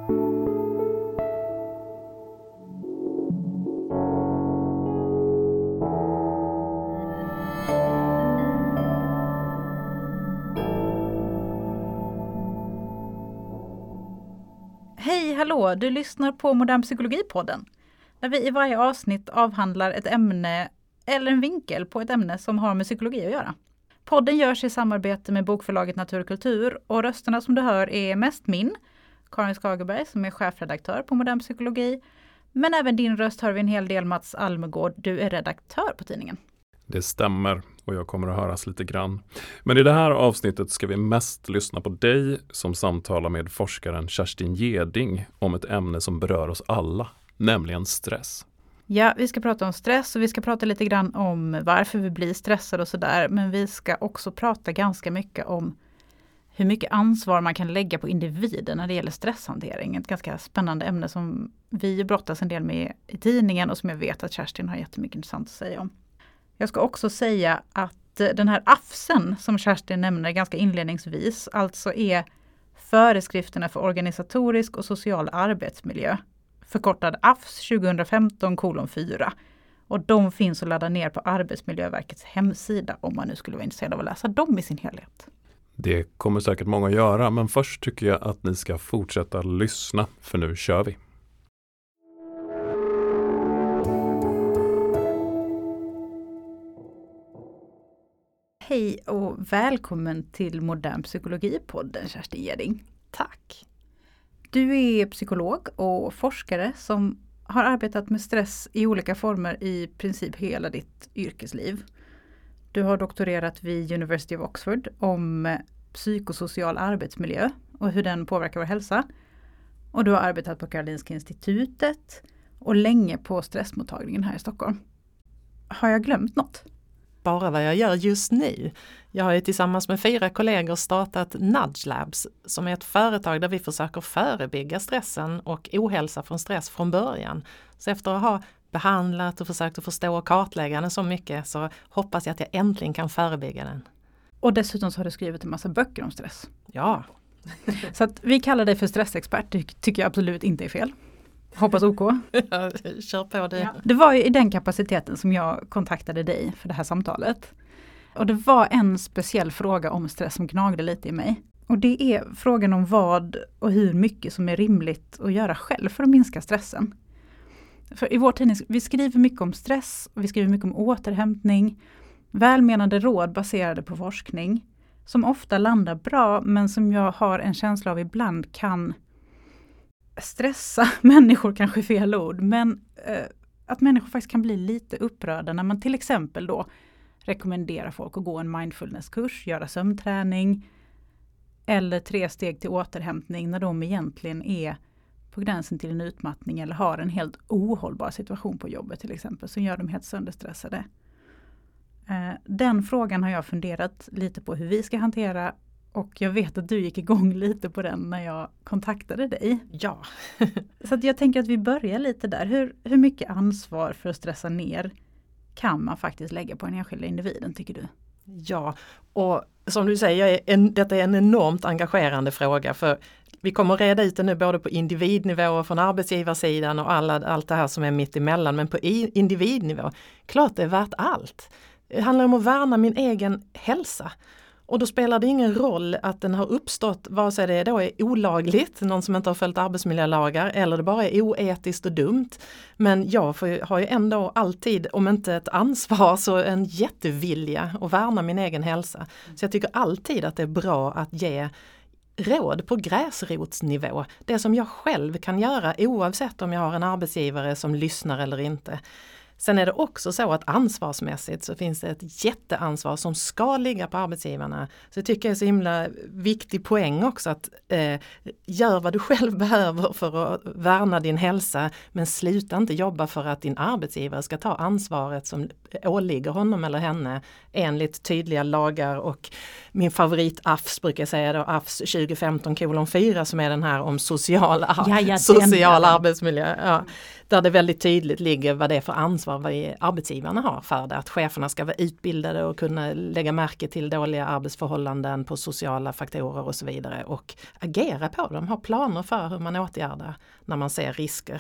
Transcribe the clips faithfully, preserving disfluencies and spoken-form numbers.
Hej, hallå! Du lyssnar på Modern Psykologi-podden. Där vi i varje avsnitt avhandlar ett ämne eller en vinkel på ett ämne som har med psykologi att göra. Podden görs i samarbete med bokförlaget Natur och kultur och rösterna som du hör är mest min, Karin Skagerberg, som är chefredaktör på Modern Psykologi. Men även din röst hör vi en hel del, Mats Almegård. Du är redaktör på tidningen. Det stämmer och jag kommer att höras lite grann. Men i det här avsnittet ska vi mest lyssna på dig som samtalar med forskaren Kerstin Geding om ett ämne som berör oss alla, nämligen stress. Ja, vi ska prata om stress och vi ska prata lite grann om varför vi blir stressade och sådär. Men vi ska också prata ganska mycket om hur mycket ansvar man kan lägga på individen när det gäller stresshantering. Ett ganska spännande ämne som vi brottas en del med i tidningen och som jag vet att Kerstin har jättemycket intressant att säga om. Jag ska också säga att den här A F Sen som Kerstin nämner ganska inledningsvis alltså är föreskrifterna för organisatorisk och social arbetsmiljö. Förkortad A F S tjugohundrafemton kolon fyra. Och de finns att ladda ner på Arbetsmiljöverkets hemsida om man nu skulle vara intresserad av att läsa dem i sin helhet. Det kommer säkert många att göra, men först tycker jag att ni ska fortsätta lyssna, för nu kör vi. Hej och välkommen till Modern Psykologi-podden, Kerstin Geding. Tack. Du är psykolog och forskare som har arbetat med stress i olika former i princip hela ditt yrkesliv. Du har doktorerat vid University of Oxford om psykosocial arbetsmiljö och hur den påverkar vår hälsa. Och du har arbetat på Karolinska institutet och länge på stressmottagningen här i Stockholm. Har jag glömt något? Bara vad jag gör just nu. Jag har ju tillsammans med fyra kollegor startat Nudge Labs som är ett företag där vi försöker förebygga stressen och ohälsa från stress från början. Så efter att ha behandlat och försökt att förstå och kartlägga den så mycket så hoppas jag att jag äntligen kan förebygga den. Och dessutom så har du skrivit en massa böcker om stress. Ja. Så att vi kallar dig för stressexpert, ty- tycker jag absolut inte är fel. Hoppas OK. Ja, kör på det. Ja. Det var ju i den kapaciteten som jag kontaktade dig för det här samtalet. Och det var en speciell fråga om stress som gnagde lite i mig. Och det är frågan om vad och hur mycket som är rimligt att göra själv för att minska stressen. För i vår tidning, vi skriver mycket om stress och vi skriver mycket om återhämtning. Välmenande råd baserade på forskning. Som ofta landar bra men som jag har en känsla av ibland kan stressa människor, kanske fel ord, men eh, att människor faktiskt kan bli lite upprörda när man till exempel då rekommenderar folk att gå en mindfulnesskurs, göra sömnträning eller tre steg till återhämtning när de egentligen är på gränsen till en utmattning eller har en helt ohållbar situation på jobbet till exempel som gör dem helt sönderstressade. Eh, den frågan har jag funderat lite på hur vi ska hantera. Och jag vet att du gick igång lite på den när jag kontaktade dig. Ja. Så att jag tänker att vi börjar lite där. Hur, hur mycket ansvar för att stressa ner kan man faktiskt lägga på den enskilda individen, tycker du? Ja, och som du säger, en, detta är en enormt engagerande fråga. För vi kommer att reda ut det nu både på individnivå och från arbetsgivarsidan och alla, allt det här som är mitt emellan. Men på individnivå, klart det är värt allt. Det handlar om att värna min egen hälsa. Och då spelar det ingen roll att den har uppstått, vare sig det då är olagligt, någon som inte har följt arbetsmiljölagar, eller det bara är oetiskt och dumt. Men jag får, har ju ändå alltid, om inte ett ansvar, så en jättevilja att värna min egen hälsa. Så jag tycker alltid att det är bra att ge råd på gräsrotsnivå. Det som jag själv kan göra oavsett om jag har en arbetsgivare som lyssnar eller inte. Sen är det också så att ansvarsmässigt så finns det ett jätteansvar som ska ligga på arbetsgivarna. Så jag tycker det är så himla viktig poäng också att eh, gör vad du själv behöver för att värna din hälsa, men sluta inte jobba för att din arbetsgivare ska ta ansvaret som åligger honom eller henne enligt tydliga lagar, och min favorit A F S brukar jag säga då, A F S tjugo femton kolon fyra, som är den här om social, ja, ja, social arbetsmiljö. Ja, där det väldigt tydligt ligger vad det är för ansvar vad arbetsgivarna har för det. Att cheferna ska vara utbildade och kunna lägga märke till dåliga arbetsförhållanden på sociala faktorer och så vidare, och agera på dem, ha planer för hur man åtgärdar när man ser risker.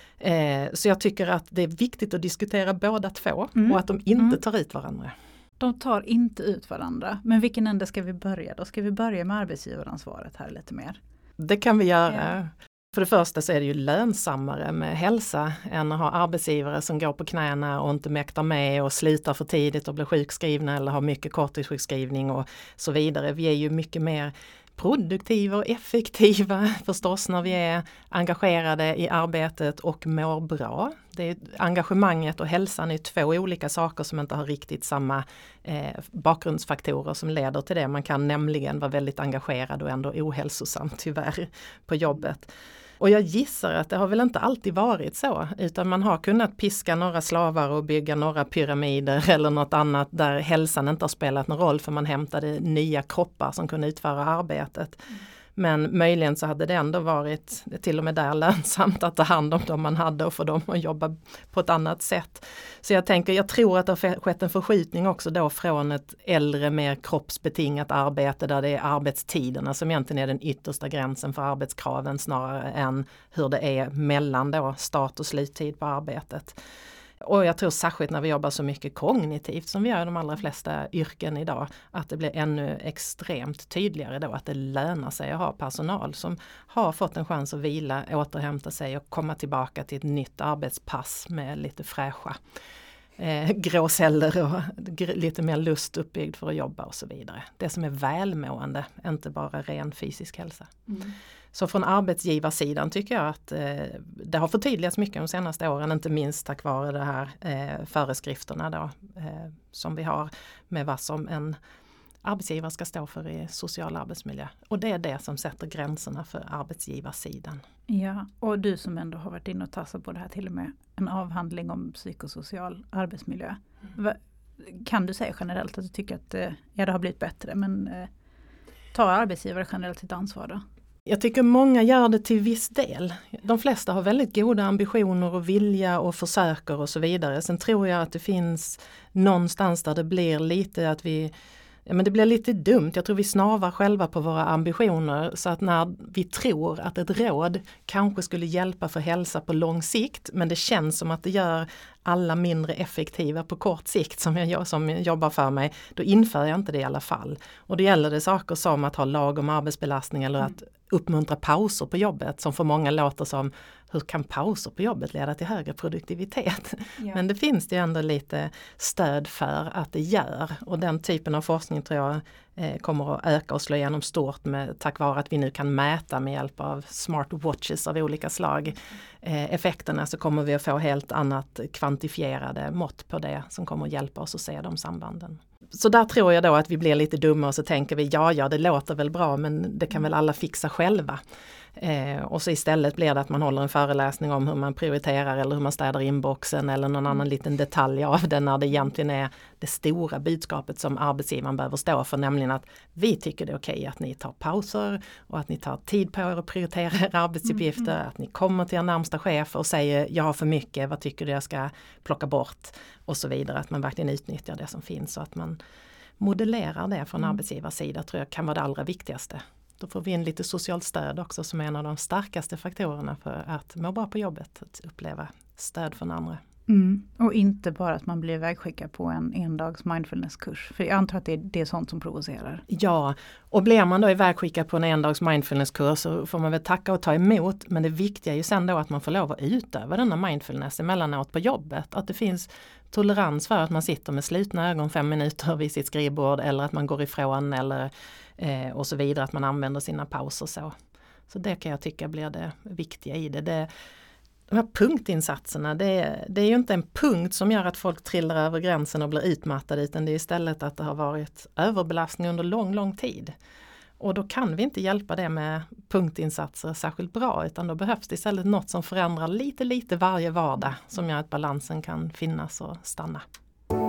Eh, så jag tycker att det är viktigt att diskutera båda två mm. och att de inte mm. tar ut varandra. De tar inte ut varandra. Men vilken ände ska vi börja då? Ska vi börja med arbetsgivaransvaret här lite mer? Det kan vi göra. Ja. För det första så är det ju lönsammare med hälsa än att ha arbetsgivare som går på knäna och inte mäktar med och slutar för tidigt och blir sjukskrivna eller har mycket korttidssjukskrivning och så vidare. Vi är ju mycket mer produktiva och effektiva förstås när vi är engagerade i arbetet och mår bra. Det är, engagemanget och hälsan är två olika saker som inte har riktigt samma eh, bakgrundsfaktorer som leder till det. Man kan nämligen vara väldigt engagerad och ändå ohälsosam tyvärr på jobbet. Och jag gissar att det har väl inte alltid varit så, utan man har kunnat piska några slavar och bygga några pyramider eller något annat där hälsan inte har spelat någon roll, för man hämtade nya kroppar som kunde utföra arbetet. Mm. Men möjligen så hade det ändå varit till och med där lönsamt att ta hand om dem man hade och få dem att jobba på ett annat sätt. Så jag tänker, jag tror att det har skett en förskjutning också då från ett äldre, mer kroppsbetingat arbete där det är arbetstiderna som egentligen är den yttersta gränsen för arbetskraven snarare än hur det är mellan då start- och sluttid på arbetet. Och jag tror särskilt när vi jobbar så mycket kognitivt som vi gör i de allra flesta yrken idag, att det blir ännu extremt tydligare då att det lönar sig att ha personal som har fått en chans att vila, återhämta sig och komma tillbaka till ett nytt arbetspass med lite fräscha eh, gråceller och gr- lite mer lust uppbyggd för att jobba och så vidare. Det som är välmående, inte bara ren fysisk hälsa. Mm. Så från arbetsgivarsidan tycker jag att eh, det har förtydligats mycket de senaste åren, inte minst tack vare de här eh, föreskrifterna då, eh, som vi har med vad som en arbetsgivare ska stå för i social arbetsmiljö. Och det är det som sätter gränserna för arbetsgivarsidan. Ja, och du som ändå har varit inne och tassat på det här, till och med en avhandling om psykosocial arbetsmiljö. Mm. Kan du säga generellt att du tycker att eh, ja, det har blivit bättre, men eh, tar arbetsgivare generellt sitt ansvar då? Jag tycker många gör det till viss del. De flesta har väldigt goda ambitioner och vilja och försöker och så vidare. Sen tror jag att det finns någonstans där det blir lite att vi, ja, men det blir lite dumt. Jag tror vi snavar själva på våra ambitioner, så att när vi tror att ett råd kanske skulle hjälpa för hälsa på lång sikt, men det känns som att det gör alla mindre effektiva på kort sikt som jag som jobbar för mig, då inför jag inte det i alla fall. Och det gäller det saker som att ha lag om arbetsbelastning eller att uppmuntra pauser på jobbet, som för många låter som, hur kan pauser på jobbet leda till högre produktivitet? Ja. Men det finns det ändå lite stöd för att det gör, och den typen av forskning tror jag eh, kommer att öka och slå igenom stort med, tack vare att vi nu kan mäta med hjälp av smart watches av olika slag eh, effekterna, så kommer vi att få helt annat kvantifierade mått på det som kommer att hjälpa oss att se de sambanden. Så där tror jag då att vi blir lite dumma och så tänker vi, ja ja det låter väl bra, men det kan väl alla fixa själva. Eh, och så istället blir det att man håller en föreläsning om hur man prioriterar eller hur man städar inboxen eller någon annan liten detalj av det, när det egentligen är det stora budskapet som arbetsgivaren behöver stå för, nämligen att vi tycker det är okej att ni tar pauser och att ni tar tid på er att prioritera era arbetsuppgifter, mm. att ni kommer till er närmsta chef och säger jag har för mycket, vad tycker du jag ska plocka bort och så vidare, att man verkligen utnyttjar det som finns och att man modellerar det från mm. arbetsgivarsida, tror jag kan vara det allra viktigaste. Då får vi in lite socialt stöd också som är en av de starkaste faktorerna för att må bra på jobbet, att uppleva stöd från andra. Mm. Och inte bara att man blir vägskickad på en endags mindfulnesskurs. För jag antar att det är, det är sånt som provocerar. Ja, och blir man då ivägskickad på en endags mindfulnesskurs så får man väl tacka och ta emot. Men det viktiga är ju sen då att man får lov att utöva denna mindfulness emellanåt på jobbet. Att det finns tolerans för att man sitter med slutna ögon fem minuter vid sitt skrivbord, eller att man går ifrån eller eh, och så vidare, att man använder sina pauser så. Så det kan jag tycka blir det viktiga i det. det De här punktinsatserna, det är, det är ju inte en punkt som gör att folk trillar över gränsen och blir utmattade, utan det är istället att det har varit överbelastning under lång, lång tid. Och då kan vi inte hjälpa det med punktinsatser särskilt bra, utan då behövs det istället något som förändrar lite, lite varje vardag som gör att balansen kan finnas och stanna.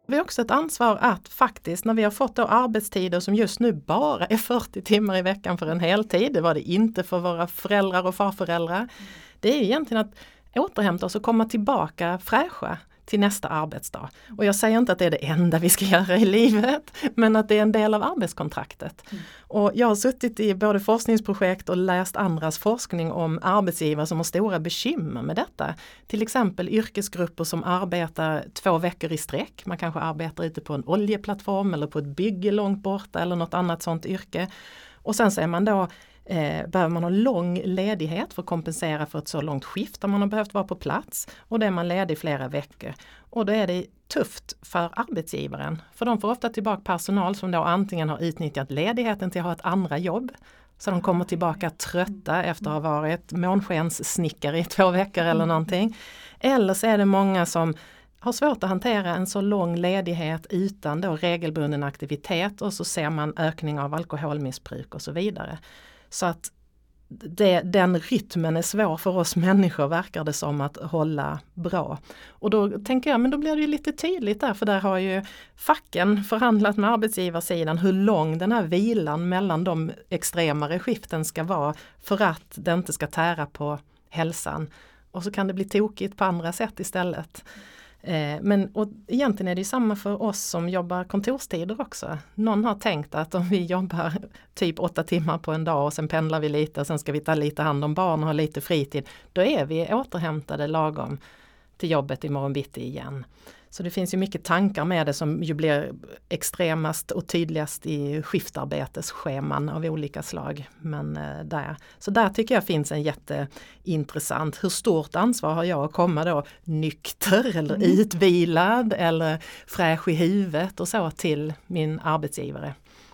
Vi har också ett ansvar att faktiskt, när vi har fått då arbetstider som just nu bara är fyrtio timmar i veckan för en heltid, det var det inte för våra föräldrar och farföräldrar, mm. det är egentligen att återhämta oss och komma tillbaka fräscha till nästa arbetsdag. Och jag säger inte att det är det enda vi ska göra i livet, men att det är en del av arbetskontraktet. Mm. Och jag har suttit i både forskningsprojekt och läst andras forskning om arbetsgivare som har stora bekymmer med detta. Till exempel yrkesgrupper som arbetar två veckor i sträck. Man kanske arbetar ute på en oljeplattform eller på ett bygge långt borta eller något annat sånt yrke. Och sen så är man då Eh, behöver man ha lång ledighet för att kompensera för ett så långt skift där man har behövt vara på plats, och då är man ledig flera veckor. Och då är det tufft för arbetsgivaren, för de får ofta tillbaka personal som då antingen har utnyttjat ledigheten till att ha ett andra jobb, så de kommer tillbaka trötta efter att ha varit månskenssnickare i två veckor eller någonting. Eller så är det många som har svårt att hantera en så lång ledighet utan då regelbunden aktivitet, och så ser man ökning av alkoholmissbruk och så vidare. Så att det, den rytmen är svår för oss människor, verkar det som, att hålla bra. Och då tänker jag, men då blir det ju lite tydligt där, för där har ju facken förhandlat med arbetsgivarsidan hur lång den här vilan mellan de extremare skiften ska vara för att det inte ska tära på hälsan. Och så kan det bli tokigt på andra sätt istället. Eh, men och egentligen är det ju samma för oss som jobbar kontorstider också. Någon har tänkt att om vi jobbar typ åtta timmar på en dag och sen pendlar vi lite och sen ska vi ta lite hand om barn och ha lite fritid, då är vi återhämtade lagom till jobbet imorgon bitti igen. Så det finns ju mycket tankar med det som ju blir extremast och tydligast i skiftarbetesscheman av olika slag. Men eh, där. Så där tycker jag finns en jätteintressant, hur stort ansvar har jag att komma då nykter eller mm. utvilad eller fräsch i huvudet och så till min arbetsgivare.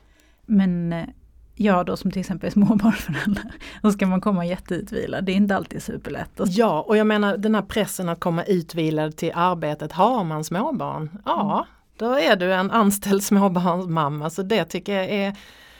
Men jag då som till exempel är småbarnsförälder, då ska man komma jätteutvilad. Det är inte alltid superlätt. Ja, och jag menar den här pressen att komma utvilad till arbetet. Har man småbarn? Ja, mm. då är du en anställd småbarnsmamma. Så det tycker jag är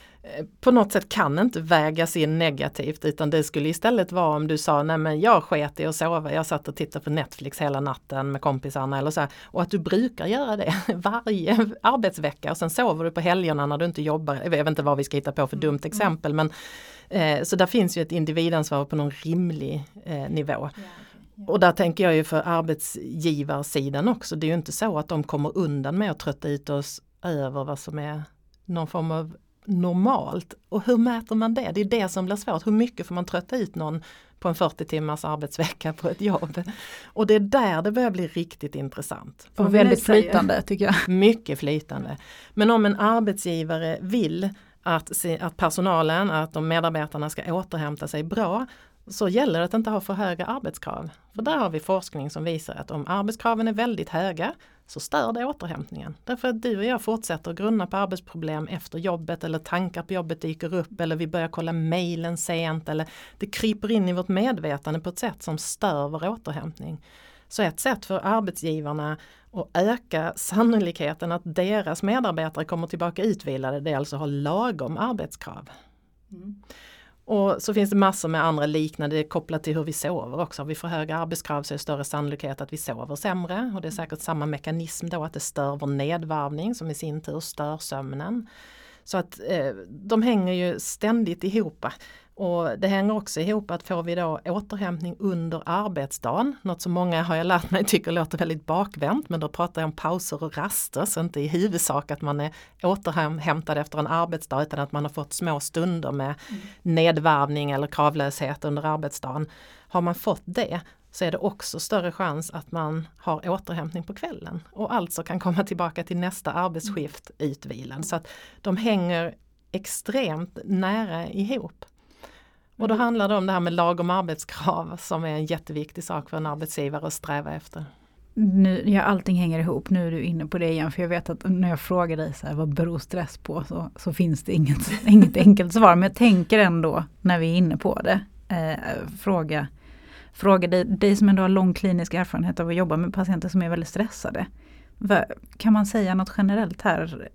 på något sätt kan inte vägas in negativt, utan det skulle istället vara om du sa, nej men jag sket i att sova, jag satt och tittade på Netflix hela natten med kompisarna eller så här, och att du brukar göra det varje arbetsvecka och sen sover du på helgerna när du inte jobbar. Jag vet inte vad vi ska hitta på för dumt exempel, men eh, så där finns ju ett individansvar på någon rimlig eh, nivå. Och där tänker jag ju för arbetsgivarsidan också, det är ju inte så att de kommer undan med att trötta ut oss över vad som är någon form av normalt. Och hur mäter man det? Det är det som blir svårt. Hur mycket får man trötta ut någon på en fyrtio timmars arbetsvecka på ett jobb? Och det är där det börjar bli riktigt intressant. Och väldigt flytande tycker jag. Mycket flytande. Men om en arbetsgivare vill att, se, att personalen, att de medarbetarna ska återhämta sig bra, så gäller det att inte ha för höga arbetskrav. För där har vi forskning som visar att om arbetskraven är väldigt höga så stör det återhämtningen. Därför att du och jag fortsätter att grunna på arbetsproblem efter jobbet, eller tankar på jobbet dyker upp, eller vi börjar kolla mejlen sent, eller det kryper in i vårt medvetande på ett sätt som stör vår återhämtning. Så ett sätt för arbetsgivarna att öka sannolikheten att deras medarbetare kommer tillbaka utvilade, det är alltså att ha lagom arbetskrav. Mm. Och så finns det massor med andra liknande kopplat till hur vi sover också. Om vi får höga arbetskrav så är det större sannolikhet att vi sover sämre. Och det är säkert samma mekanism då, att det stör vår nedvarvning som i sin tur stör sömnen. Så att eh, de hänger ju ständigt ihop. Och det hänger också ihop att får vi då återhämtning under arbetsdagen, något som många har jag lärt mig tycker låter väldigt bakvänt, men då pratar jag om pauser och raster, så inte i huvudsak att man är återhämtad efter en arbetsdag, utan att man har fått små stunder med mm. nedvarvning eller kravlöshet under arbetsdagen. Har man fått det så är det också större chans att man har återhämtning på kvällen och alltså kan komma tillbaka till nästa arbetsskift utvilad. Så att de hänger extremt nära ihop. Och då handlar det om det här med lagom arbetskrav som är en jätteviktig sak för en arbetsgivare att sträva efter. Nu, ja, allting hänger ihop, nu är du inne på det igen, för jag vet att när jag frågar dig så här, vad beror stress på, så, så finns det inget, inget enkelt svar. Men jag tänker ändå när vi är inne på det, eh, fråga, fråga dig, dig som ändå har lång klinisk erfarenhet av att jobba med patienter som är väldigt stressade. Va, kan man säga något generellt här?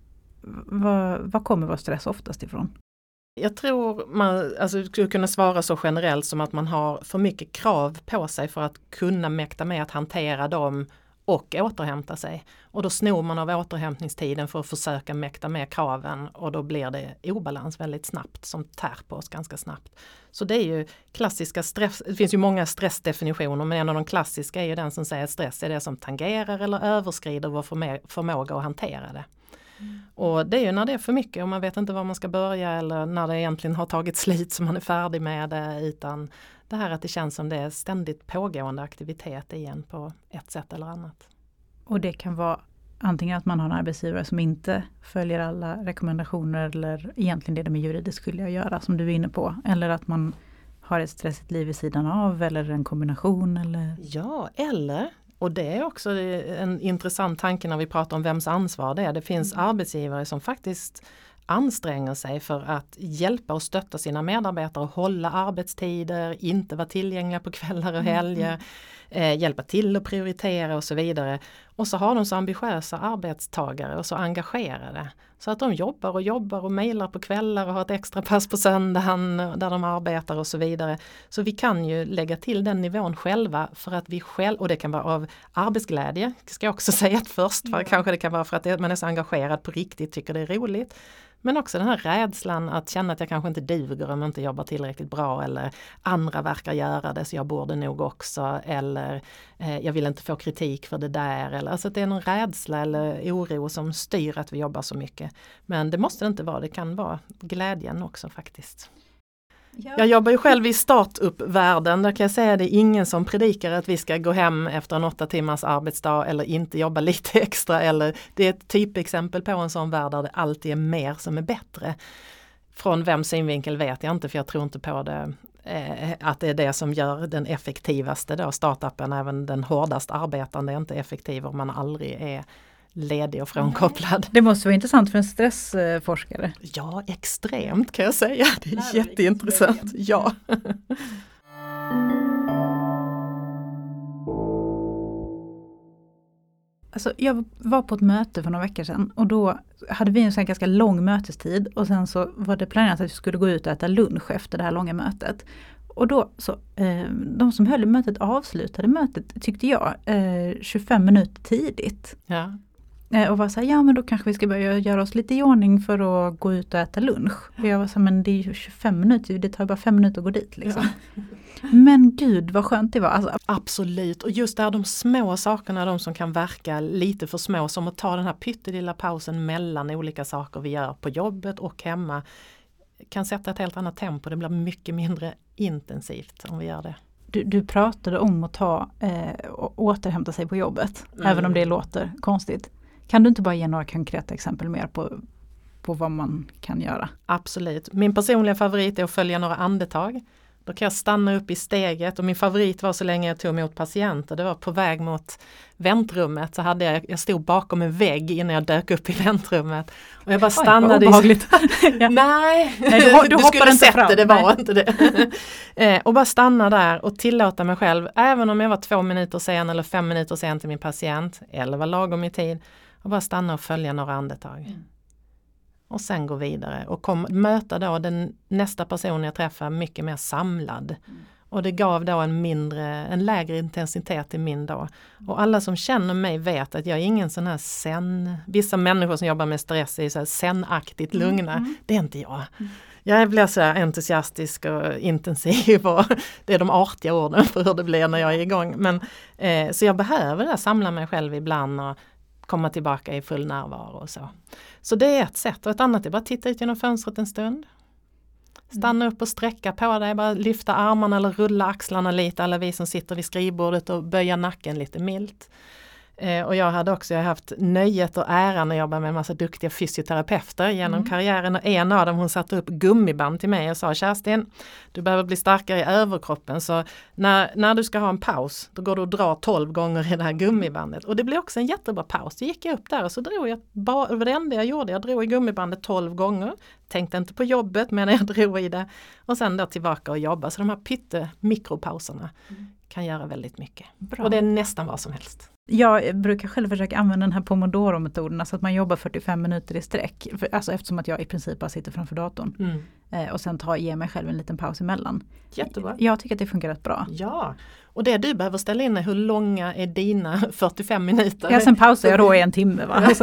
Vad va kommer vår stress oftast ifrån? Jag tror man alltså, skulle kunna svara så generellt som att man har för mycket krav på sig för att kunna mäkta med att hantera dem och återhämta sig. Och då snor man av återhämtningstiden för att försöka mäkta med kraven och då blir det obalans väldigt snabbt som tär på oss ganska snabbt. Så det är ju klassiska stress, det finns ju många stressdefinitioner men en av de klassiska är ju den som säger att stress är det som tangerar eller överskrider vår förmå- förmåga att hantera det. Mm. Och det är ju när det är för mycket och man vet inte var man ska börja eller när det egentligen har tagit slut så man är färdig med det, utan det här att det känns som det är ständigt pågående aktivitet igen på ett sätt eller annat. Och det kan vara antingen att man har en arbetsgivare som inte följer alla rekommendationer eller egentligen det de är juridiskt skyldiga att göra som du är inne på. Eller att man har ett stressigt liv vid sidan av eller en kombination. Eller... Ja, eller, och det är också en intressant tanke när vi pratar om vems ansvar det är. Det finns mm. arbetsgivare som faktiskt anstränger sig för att hjälpa och stötta sina medarbetare och hålla arbetstider, inte vara tillgängliga på kvällar och helger, mm. eh, hjälpa till att prioritera och så vidare. Och så har de så ambitiösa arbetstagare och så engagerade. Så att de jobbar och jobbar och mejlar på kvällar och har ett extra pass på söndagen där de arbetar och så vidare. Så vi kan ju lägga till den nivån själva för att vi själv, och det kan vara av arbetsglädje, ska jag också säga först, för ja. Kanske det kan vara för att man är så engagerad på riktigt, tycker det är roligt. Men också den här rädslan att känna att jag kanske inte duger om jag inte jobbar tillräckligt bra eller andra verkar göra det så jag borde nog också eller eh, jag vill inte få kritik för det där. Eller, alltså att det är någon rädsla eller oro som styr att vi jobbar så mycket. Men det måste det inte vara, det kan vara glädjen också faktiskt. Ja. Jag jobbar ju själv i startup-världen. Där kan jag säga att det är ingen som predikar att vi ska gå hem efter en åtta timmars arbetsdag eller inte jobba lite extra. Eller, det är ett typexempel på en sån värld där det alltid är mer som är bättre. Från vem synvinkel vet jag inte, för jag tror inte på det. Eh, att det är det som gör den effektivaste då, startupen. Även den hårdast arbetande är inte effektiv om man aldrig är ledig och frånkopplad. Det måste vara intressant för en stressforskare. Ja, extremt kan jag säga. Det är Lärligt. Jätteintressant. Ja. Alltså, jag var på ett möte för några veckor sedan och då hade vi en sån ganska lång mötestid och sen så var det planerat att vi skulle gå ut och äta lunch efter det här långa mötet. Och då så, eh, de som höll mötet avslutade mötet tyckte jag eh, tjugofem minuter tidigt. Ja. Och var så här, ja men då kanske vi ska börja göra oss lite i ordning för att gå ut och äta lunch. Och jag var så här, men det är ju tjugofem minuter, det tar bara fem minuter att gå dit liksom. Ja. Men gud vad skönt det var. Alltså, absolut, och just där de små sakerna, de som kan verka lite för små, som att ta den här pyttelilla pausen mellan olika saker vi gör på jobbet och hemma, kan sätta ett helt annat tempo. Det blir mycket mindre intensivt om vi gör det. Du, du pratade om att ta eh, och återhämta sig på jobbet, mm. även om det låter konstigt. Kan du inte bara ge några konkreta exempel mer på, på vad man kan göra? Absolut. Min personliga favorit är att följa några andetag. Då kan jag stanna upp i steget och min favorit var så länge jag tog emot patienter. Det var på väg mot väntrummet så hade jag, jag stod bakom en vägg innan jag dök upp i väntrummet. Och jag bara stannade. Oj, obehagligt. ja. Nej, Nej, du, du, du skulle sett fram. det, det var Nej. inte det. och bara stanna där och tillåta mig själv, även om jag var två minuter sen eller fem minuter sen till min patient, eller var lagom i tid, och bara stanna och följa några andetag. Mm. Och sen gå vidare och kom, möta då den nästa person jag träffar mycket mer samlad. Mm. Och det gav då en mindre, en lägre intensitet i min dag. Mm. Och alla som känner mig vet att jag är ingen sån här sen, vissa människor som jobbar med stress är så här senaktigt lugna. Mm. Det är inte jag. Mm. Jag blir så här entusiastisk och intensiv och det är de artiga orden för hur det blir när jag är igång. Men, eh, så jag behöver där, samla mig själv ibland och komma tillbaka i full närvaro och så. Så det är ett sätt. Och ett annat är bara titta ut genom fönstret en stund. Stanna upp och sträcka på dig. Bara lyfta armarna eller rulla axlarna lite. Alla vi som sitter vid skrivbordet och böja nacken lite milt. Eh, och jag hade också jag har haft nöjet och äran att jobba med en massa duktiga fysioterapeuter genom mm. karriären. Och en av dem hon satte upp gummiband till mig och sa: Kerstin, du behöver bli starkare i överkroppen. Så när, när du ska ha en paus, då går du och drar tolv gånger i det här gummibandet. Och det blev också en jättebra paus. Då gick jag upp där och så drog jag, bara, det var det enda jag gjorde. Jag drog i gummibandet tolv gånger. Tänkte inte på jobbet men jag drog i det. Och sen då tillbaka och jobba. Så de här pytte mikropauserna mm. kan göra väldigt mycket. Bra. Och det är nästan vad som helst. Jag brukar själv försöka använda den här Pomodoro-metoden, alltså att man jobbar fyrtiofem minuter i sträck. Alltså eftersom att jag i princip bara sitter framför datorn. Mm. Eh, och sen ta, ge mig själv en liten paus emellan. Jättebra. Jag tycker att det funkar rätt bra. Ja, och det du behöver ställa in är hur långa är dina fyrtiofem minuter? Ja, sen pausar jag då i en timme. Va? Alltså.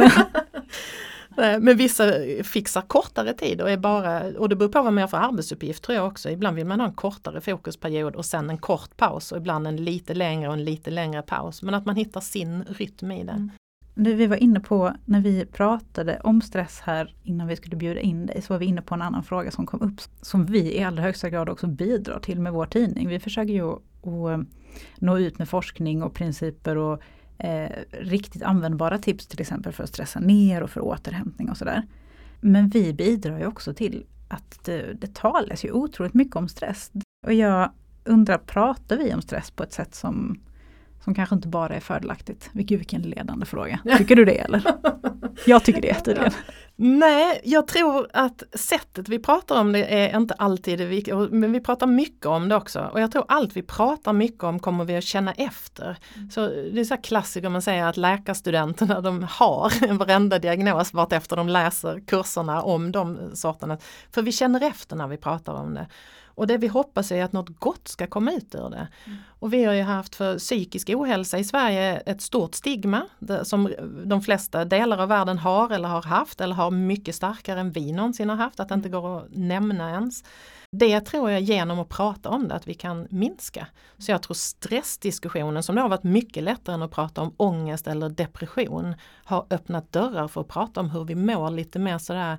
Men vissa fixar kortare tid och är bara, och det beror på vad man har för arbetsuppgift tror jag också. Ibland vill man ha en kortare fokusperiod och sen en kort paus och ibland en lite längre och en lite längre paus. Men att man hittar sin rytm i det. Mm. Nu, vi var inne på, när vi pratade om stress här innan vi skulle bjuda in dig, så var vi inne på en annan fråga som kom upp, som vi i allra högsta grad också bidrar till med vår tidning. Vi försöker ju att nå ut med forskning och principer och eh, riktigt användbara tips till exempel för att stressa ner och för återhämtning och sådär. Men vi bidrar ju också till att det, det talas ju otroligt mycket om stress. Och jag undrar, pratar vi om stress på ett sätt som Som kanske inte bara är fördelaktigt. Vilken, vilken ledande fråga. Tycker du det eller? Jag tycker det tydligen. Nej, jag tror att sättet vi pratar om det är inte alltid det viktiga. Men vi pratar mycket om det också. Och jag tror allt vi pratar mycket om kommer vi att känna efter. Mm. Så det är så här klassiker man säger att läkarstudenterna de har en varenda diagnos vart efter de läser kurserna om de sorterna. För vi känner efter när vi pratar om det. Och det vi hoppas är att något gott ska komma ut ur det. Mm. Och vi har ju haft för psykisk ohälsa i Sverige ett stort stigma som de flesta delar av världen har eller har haft eller har mycket starkare än vi någonsin har haft, att det inte går att nämna ens. Det tror jag genom att prata om det att vi kan minska. Så jag tror stressdiskussionen som det har varit mycket lättare än att prata om ångest eller depression har öppnat dörrar för att prata om hur vi mår lite mer sådär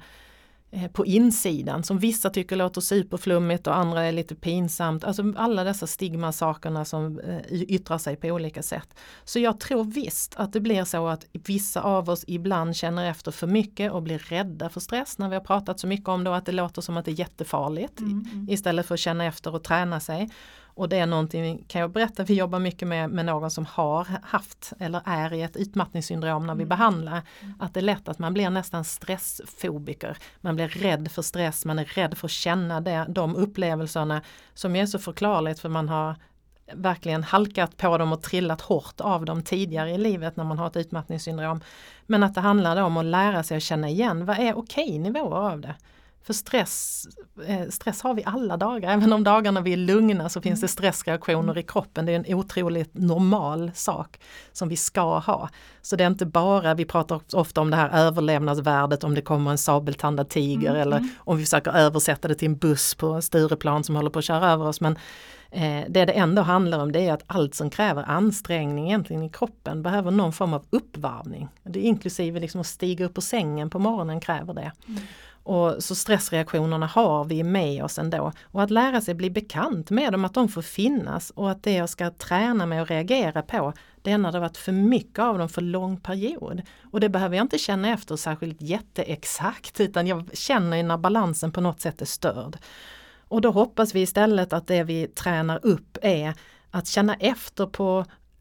på insidan som vissa tycker låter superflummigt och andra är lite pinsamt. Alltså alla dessa stigmasakerna som yttrar sig på olika sätt. Så jag tror visst att det blir så att vissa av oss ibland känner efter för mycket och blir rädda för stress när vi har pratat så mycket om det och att det låter som att det är jättefarligt mm, mm. istället för att känna efter och träna sig. Och det är någonting, kan jag berätta, vi jobbar mycket med, med någon som har haft eller är i ett utmattningssyndrom när vi mm. behandlar. Att det är lätt att man blir nästan stressfobiker. Man blir rädd för stress, man är rädd för att känna det, de upplevelserna som är så förklarligt för man har verkligen halkat på dem och trillat hårt av dem tidigare i livet när man har ett utmattningssyndrom. Men att det handlar om att lära sig att känna igen, vad är okej nivåer av det? För stress, eh, stress har vi alla dagar. Även om dagarna vi är lugna så finns det stressreaktioner i kroppen. Det är en otroligt normal sak som vi ska ha. Så det är inte bara, vi pratar ofta om det här överlevnadsvärdet om det kommer en sabeltandad tiger mm. eller om vi försöker översätta det till en buss på Stureplan som håller på att köra över oss. Men eh, det det ändå handlar om det är att allt som kräver ansträngning egentligen i kroppen behöver någon form av uppvarvning. Det är inklusive liksom att stiga upp på sängen på morgonen kräver det. Mm. Och så stressreaktionerna har vi med oss ändå. Och att lära sig bli bekant med dem, att de får finnas och att det jag ska träna med och reagera på, det är när det har varit för mycket av dem för lång period. Och det behöver jag inte känna efter särskilt jätteexakt, utan jag känner när balansen på något sätt är störd. Och då hoppas vi istället att det vi tränar upp är att känna efter på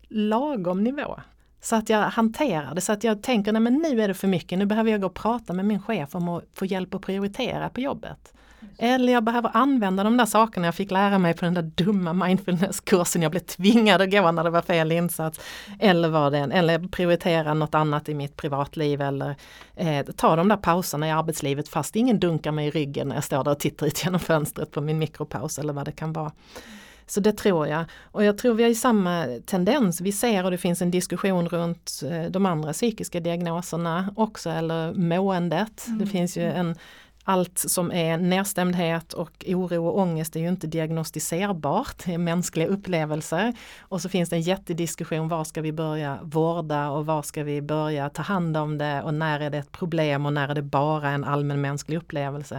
lagom nivå. Så att jag hanterar det, så att jag tänker, nej men nu är det för mycket, nu behöver jag gå och prata med min chef om att få hjälp att prioritera på jobbet. Eller jag behöver använda de där sakerna jag fick lära mig på den där dumma mindfulness-kursen jag blev tvingad att gå när det var fel insats. Eller vad det är, eller prioritera något annat i mitt privatliv eller eh, ta de där pauserna i arbetslivet fast ingen dunkar mig i ryggen när jag står där och tittar ut genom fönstret på min mikropaus eller vad det kan vara. Så det tror jag. Och jag tror vi har ju samma tendens. Vi ser och det finns en diskussion runt de andra psykiska diagnoserna också, eller måendet. Mm. Det finns ju en, allt som är nedstämdhet och oro och ångest är ju inte diagnostiserbart. Det är mänskliga upplevelser. Och så finns det en jättediskussion, var ska vi börja vårda och var ska vi börja ta hand om det och när är det ett problem och när är det bara en allmän mänsklig upplevelse.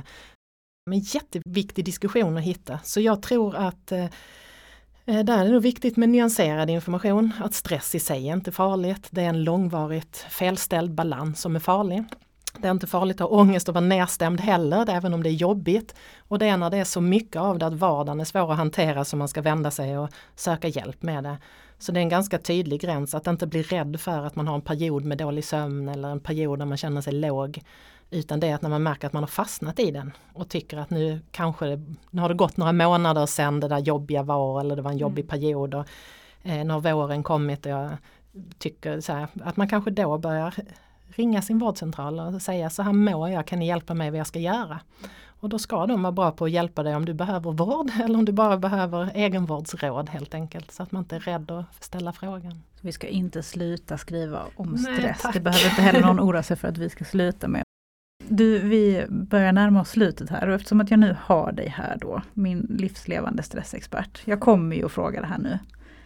En jätteviktig diskussion att hitta. Så jag tror att eh, där är det nog viktigt med nyanserad information. Att stress i sig är inte farligt. Det är en långvarigt felställd balans som är farlig. Det är inte farligt att ha ångest och vara nedstämd heller, även om det är jobbigt. Och det är när det är så mycket av det att vardagen är svår att hantera som man ska vända sig och söka hjälp med det. Så det är en ganska tydlig gräns att inte bli rädd för att man har en period med dålig sömn eller en period där man känner sig låg. Utan det är att när man märker att man har fastnat i den och tycker att nu kanske det, nu har det gått några månader sedan det där jobbiga var eller det var en jobbig mm. period och eh, när våren kommit och jag tycker så här, att man kanske då börjar ringa sin vårdcentral och säga så här mår jag, kan ni hjälpa mig vad jag ska göra? Och då ska de vara bra på att hjälpa dig om du behöver vård eller om du bara behöver egenvårdsråd helt enkelt. Så att man inte är rädd att ställa frågan. Vi ska inte sluta skriva om Nej, stress. tack. Det behöver inte heller någon oroa sig för att vi ska sluta med. Du, vi börjar närma oss slutet här och eftersom att jag nu har dig här då, min livslevande stressexpert. Jag kommer ju att fråga det här nu.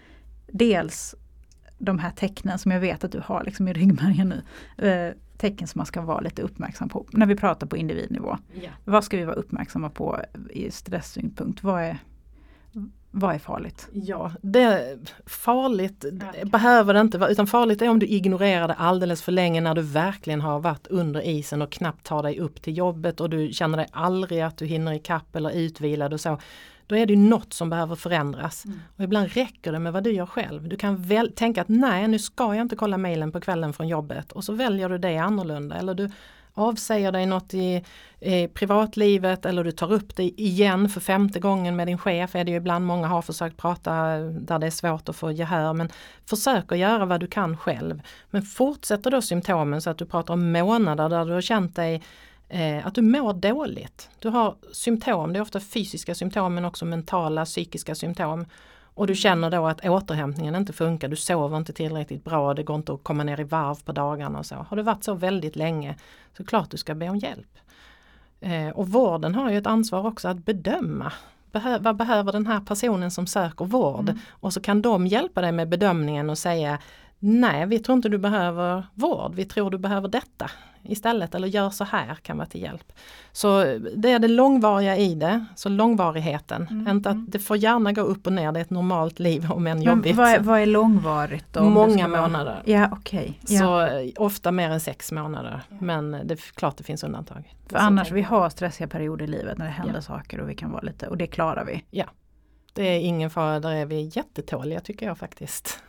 Dels de här tecknen som jag vet att du har liksom i ryggmärgen nu. Eh, tecken som man ska vara lite uppmärksam på när vi pratar på individnivå. Ja. Vad ska vi vara uppmärksamma på i stresssynpunkt? Vad är, vad är farligt? Ja, det är farligt Ja. behöver det inte vara, utan farligt är om du ignorerar det alldeles för länge när du verkligen har varit under isen och knappt tar dig upp till jobbet och du känner dig aldrig att du hinner i kapp eller utvilad och så. Då är det ju något som behöver förändras. Mm. Och ibland räcker det med vad du gör själv. Du kan väl tänka att nej, nu ska jag inte kolla mejlen på kvällen från jobbet. Och så väljer du det annorlunda. Eller du avsäger dig något i, i privatlivet eller du tar upp det igen för femte gången med din chef. Är det ju ibland många har försökt prata där det är svårt att få gehör. Men försök att göra vad du kan själv. Men fortsätter då symptomen så att du pratar om månader där du har känt dig Eh, att du mår dåligt. Du har symptom, det är ofta fysiska symptom men också mentala, psykiska symptom. Och du känner då att återhämtningen inte funkar, du sover inte tillräckligt bra, det går inte att komma ner i varv på dagarna och så. Har det varit så väldigt länge så klart du ska be om hjälp. Eh, och vården har ju ett ansvar också att bedöma. Behö- vad behöver den här personen som söker vård? Mm. Och så kan de hjälpa dig med bedömningen och säga nej, vi tror inte du behöver vård, vi tror du behöver detta istället, eller gör så här kan vara till hjälp. Så det är det långvariga i det, så långvarigheten. Mm. Inte att det får gärna gå upp och ner, det är ett normalt liv om än jobbigt. Men vad, är, vad är långvarigt då? Många månader. Ja, okej. Okay. Så ja. Ofta mer än sex månader, ja. Men det är klart det finns undantag. För annars vi har stressiga perioder i livet när det händer ja. saker och vi kan vara lite, och det klarar vi. Ja, det är ingen fara, där är vi jättetåliga tycker jag faktiskt.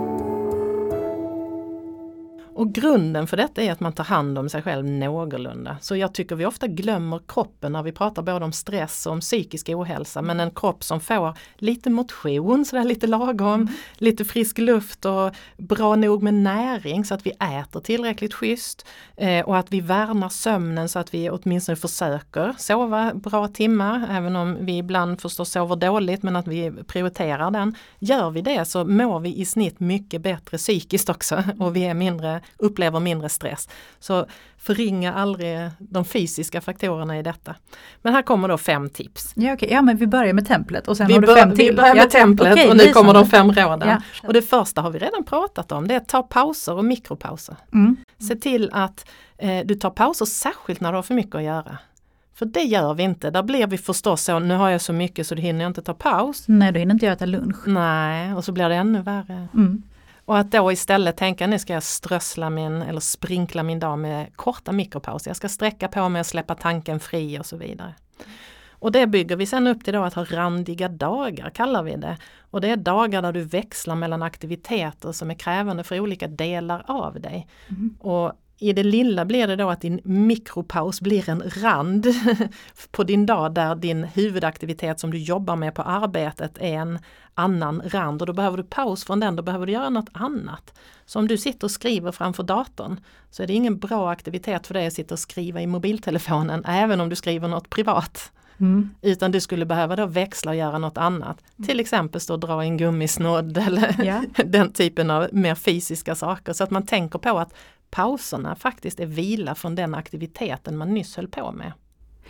Och grunden för detta är att man tar hand om sig själv någorlunda. Så jag tycker vi ofta glömmer kroppen när vi pratar både om stress och om psykisk ohälsa. Men en kropp som får lite motion, så där lite lagom, mm. lite frisk luft och bra nog med näring så att vi äter tillräckligt schysst. Eh, och att vi värnar sömnen så att vi åtminstone försöker sova bra timmar. Även om vi ibland förstås sover dåligt, men att vi prioriterar den. Gör vi det så mår vi i snitt mycket bättre psykiskt också. Och vi är mindre upplever mindre stress. Så förringa aldrig de fysiska faktorerna i detta. Men här kommer då fem tips. Ja, okay. Ja men vi börjar med templet och sen vi har du bör, fem till. Vi börjar med ja. templet okay, och nu kommer de fem råden. Ja. Och det första har vi redan pratat om. Det är att ta pauser och mikropauser. Mm. Se till att eh, du tar pauser särskilt när du har för mycket att göra. För det gör vi inte. Där blir vi förstås så, nu har jag så mycket så det hinner jag inte ta paus. Nej, då hinner inte jag äta lunch. Nej, och så blir det ännu värre. Mm. Och att då istället tänka, nu ska jag strössla min eller sprinkla min dag med korta mikropauser. Jag ska sträcka på mig och släppa tanken fri och så vidare. Och det bygger vi sen upp till då att ha randiga dagar, kallar vi det. Och det är dagar där du växlar mellan aktiviteter som är krävande för olika delar av dig. Mm. Och i det lilla blir det då att din mikropaus blir en rand på din dag där din huvudaktivitet som du jobbar med på arbetet är en annan rand. Och då behöver du paus från den, då behöver du göra något annat. Så om du sitter och skriver framför datorn så är det ingen bra aktivitet för dig att sitta och skriva i mobiltelefonen även om du skriver något privat. Mm. Utan du skulle behöva då växla och göra något annat. Mm. Till exempel stå och dra en gummisnodd eller yeah. den typen av mer fysiska saker. Så att man tänker på att pauserna faktiskt är vila från den aktiviteten man nyss höll på med.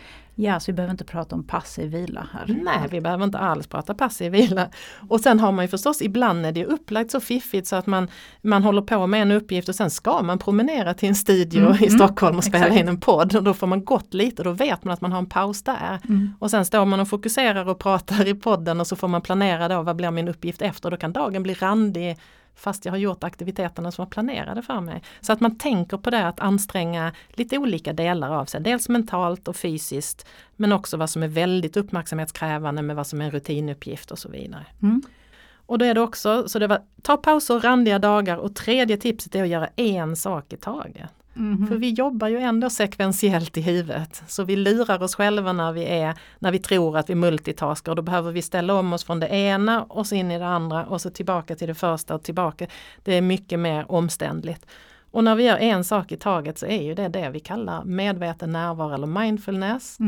Ja, så vi behöver inte prata om passiv vila här. Nej, vi behöver inte alls prata passiv vila. Och sen har man ju förstås, ibland är det upplagt så fiffigt så att man, man håller på med en uppgift och sen ska man promenera till en studio mm, i Stockholm och spela exakt. in en podd. Och då får man gått lite och då vet man att man har en paus där. Mm. Och sen står man och fokuserar och pratar i podden och så får man planera då, vad blir min uppgift efter? Då kan dagen bli randig fast jag har gjort aktiviteterna som var planerade för mig. Så att man tänker på det att anstränga lite olika delar av sig. Dels mentalt och fysiskt men också vad som är väldigt uppmärksamhetskrävande med vad som är en rutinuppgift och så vidare. Mm. Och då är det också, så det var ta pauser och randiga dagar och tredje tipset är att göra en sak i taget. Mm-hmm. För vi jobbar ju ändå sekventiellt i huvudet. Så vi lurar oss själva när vi är, när vi tror att vi multitaskar. Och då behöver vi ställa om oss från det ena och så in i det andra och så tillbaka till det första och tillbaka. Det är mycket mer omständligt. Och när vi gör en sak i taget så är ju det det vi kallar medveten närvaro eller mindfulness. Mm.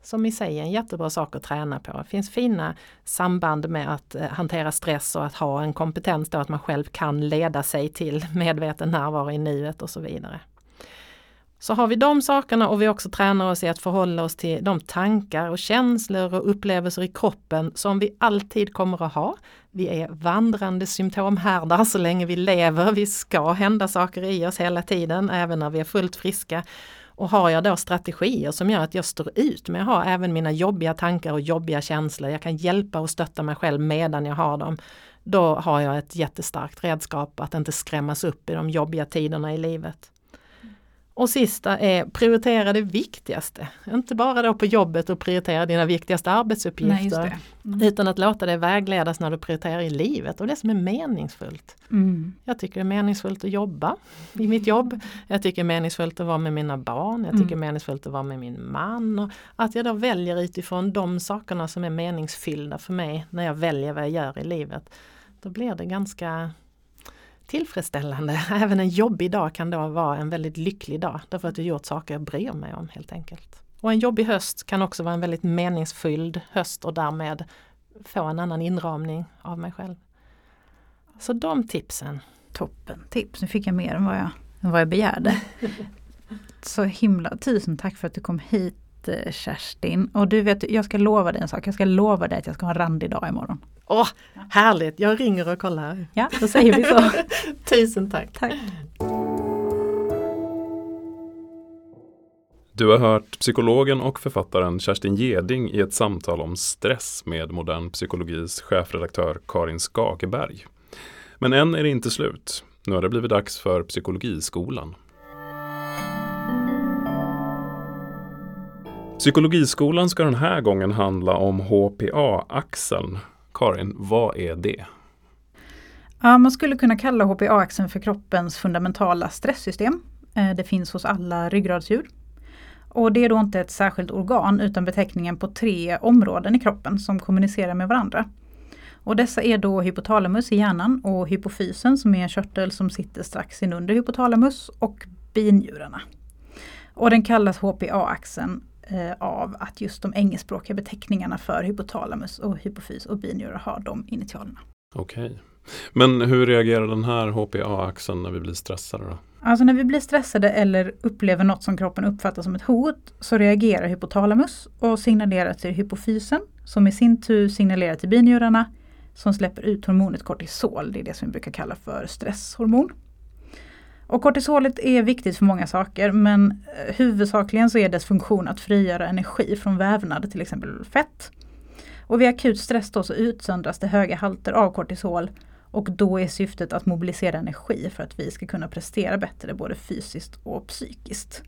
som i sig är en jättebra sak att träna på. Det finns fina samband med att eh, hantera stress och att ha en kompetens då att man själv kan leda sig till medveten närvaro i nuet och så vidare. Så har vi de sakerna och vi också tränar oss i att förhålla oss till de tankar och känslor och upplevelser i kroppen som vi alltid kommer att ha. Vi är vandrande symptomhärdar så länge vi lever. Vi ska hända saker i oss hela tiden, även när vi är fullt friska. Och har jag då strategier som gör att jag står ut med att ha även mina jobbiga tankar och jobbiga känslor. Jag kan hjälpa och stötta mig själv medan jag har dem. Då har jag ett jättestarkt redskap att inte skrämmas upp i de jobbiga tiderna i livet. Och sista är prioritera det viktigaste. Inte bara då på jobbet och prioritera dina viktigaste arbetsuppgifter. Nej, mm. Utan att låta dig vägledas när du prioriterar i livet och det som är meningsfullt. Mm. Jag tycker det är meningsfullt att jobba i mitt jobb. Jag tycker det är meningsfullt att vara med mina barn. Jag tycker mm. det är meningsfullt att vara med min man. Och att jag då väljer utifrån de sakerna som är meningsfyllda för mig när jag väljer vad jag gör i livet. Då blir det ganska tillfredsställande. Även en jobbig dag kan då vara en väldigt lycklig dag. Därför att du gjort saker jag bryr mig om helt enkelt. Och en jobbig höst kan också vara en väldigt meningsfylld höst och därmed få en annan inramning av mig själv. Så de tipsen. Toppen tips. Nu fick jag mer än vad jag, än vad jag begärde. Så himla tusen tack för att du kom hit, Kerstin. Och du vet, jag ska lova dig en sak. Jag ska lova dig att jag ska ha en randig dag imorgon. Åh, oh, härligt. Jag ringer och kollar. Ja, då säger vi så. Tusen tack. Tack. Du har hört psykologen och författaren Kerstin Geding i ett samtal om stress med Modern Psykologis chefredaktör Karin Skageberg. Men än är det inte slut. Nu har det blivit dags för Psykologiskolan. Psykologiskolan ska den här gången handla om H P A-axeln. Karin, vad är det? Ja, man skulle kunna kalla H P A-axeln för kroppens fundamentala stresssystem. Det finns hos alla ryggradsdjur. Och det är då inte ett särskilt organ utan beteckningen på tre områden i kroppen som kommunicerar med varandra. Och dessa är då hypotalamus i hjärnan och hypofysen som är en körtel som sitter strax inunder hypotalamus och binjurarna. Och den kallas H P A-axeln eh, av att just de engelskspråkiga beteckningarna för hypotalamus och hypofys och binjurar har de initialerna. Okej. Men hur reagerar den här H P A-axeln när vi blir stressade då? Alltså när vi blir stressade eller upplever något som kroppen uppfattar som ett hot så reagerar hypotalamus och signalerar till hypofysen som i sin tur signalerar till binjurarna som släpper ut hormonet kortisol. Det är det som vi brukar kalla för stresshormon. Och kortisolet är viktigt för många saker men huvudsakligen så är dess funktion att frigöra energi från vävnad, till exempel fett. Och vid akut stress då så utsöndras det höga halter av kortisol och då är syftet att mobilisera energi för att vi ska kunna prestera bättre både fysiskt och psykiskt.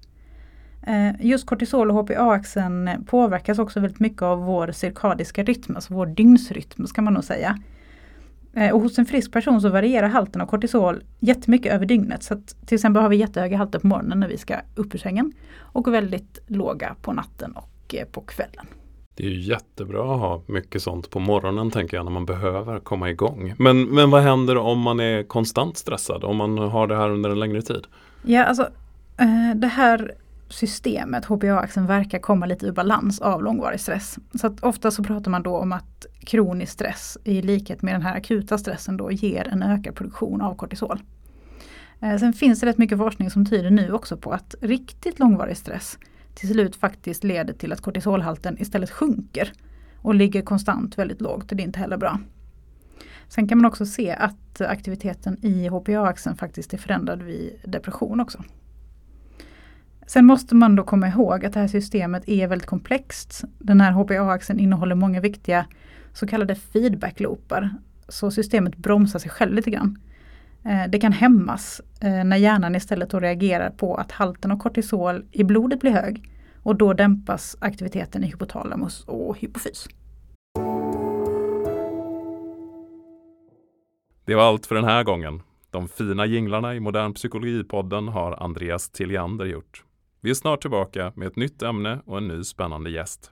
Just kortisol och H P A-axeln påverkas också väldigt mycket av vår cirkadiska rytm, alltså vår dygnsrytm ska man nog säga. Och hos en frisk person så varierar halten av kortisol jättemycket över dygnet. Så att till exempel har vi jättehöga halter på morgonen när vi ska upp ur sängen och väldigt låga på natten och på kvällen. Det är ju jättebra att ha mycket sånt på morgonen tänker jag när man behöver komma igång. Men, men vad händer om man är konstant stressad, om man har det här under en längre tid? Ja, alltså det här systemet, H P A-axeln, verkar komma lite ur balans av långvarig stress. Så att ofta så pratar man då om att kronisk stress i likhet med den här akuta stressen då ger en ökad produktion av kortisol. Sen finns det rätt mycket forskning som tyder nu också på att riktigt långvarig stress till slut faktiskt leder till att kortisolhalten istället sjunker och ligger konstant väldigt lågt och det är inte heller bra. Sen kan man också se att aktiviteten i H P A-axeln faktiskt är förändrad vid depression också. Sen måste man då komma ihåg att det här systemet är väldigt komplext. Den här H P A-axeln innehåller många viktiga så kallade feedback-loopar. Så systemet bromsar sig själv lite grann. Det kan hämmas när hjärnan istället då reagerar på att halten av kortisol i blodet blir hög. Och då dämpas aktiviteten i hypotalamus och hypofys. Det var allt för den här gången. De fina jinglarna i Modern Psykologipodden har Andreas Tilliander gjort. Vi är snart tillbaka med ett nytt ämne och en ny spännande gäst.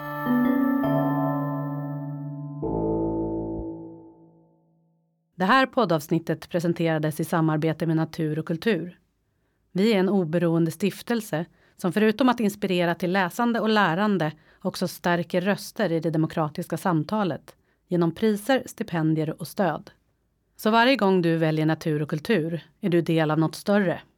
Det här poddavsnittet presenterades i samarbete med Natur och kultur. Vi är en oberoende stiftelse som förutom att inspirera till läsande och lärande också stärker röster i det demokratiska samtalet genom priser, stipendier och stöd. Så varje gång du väljer natur och kultur är du del av något större.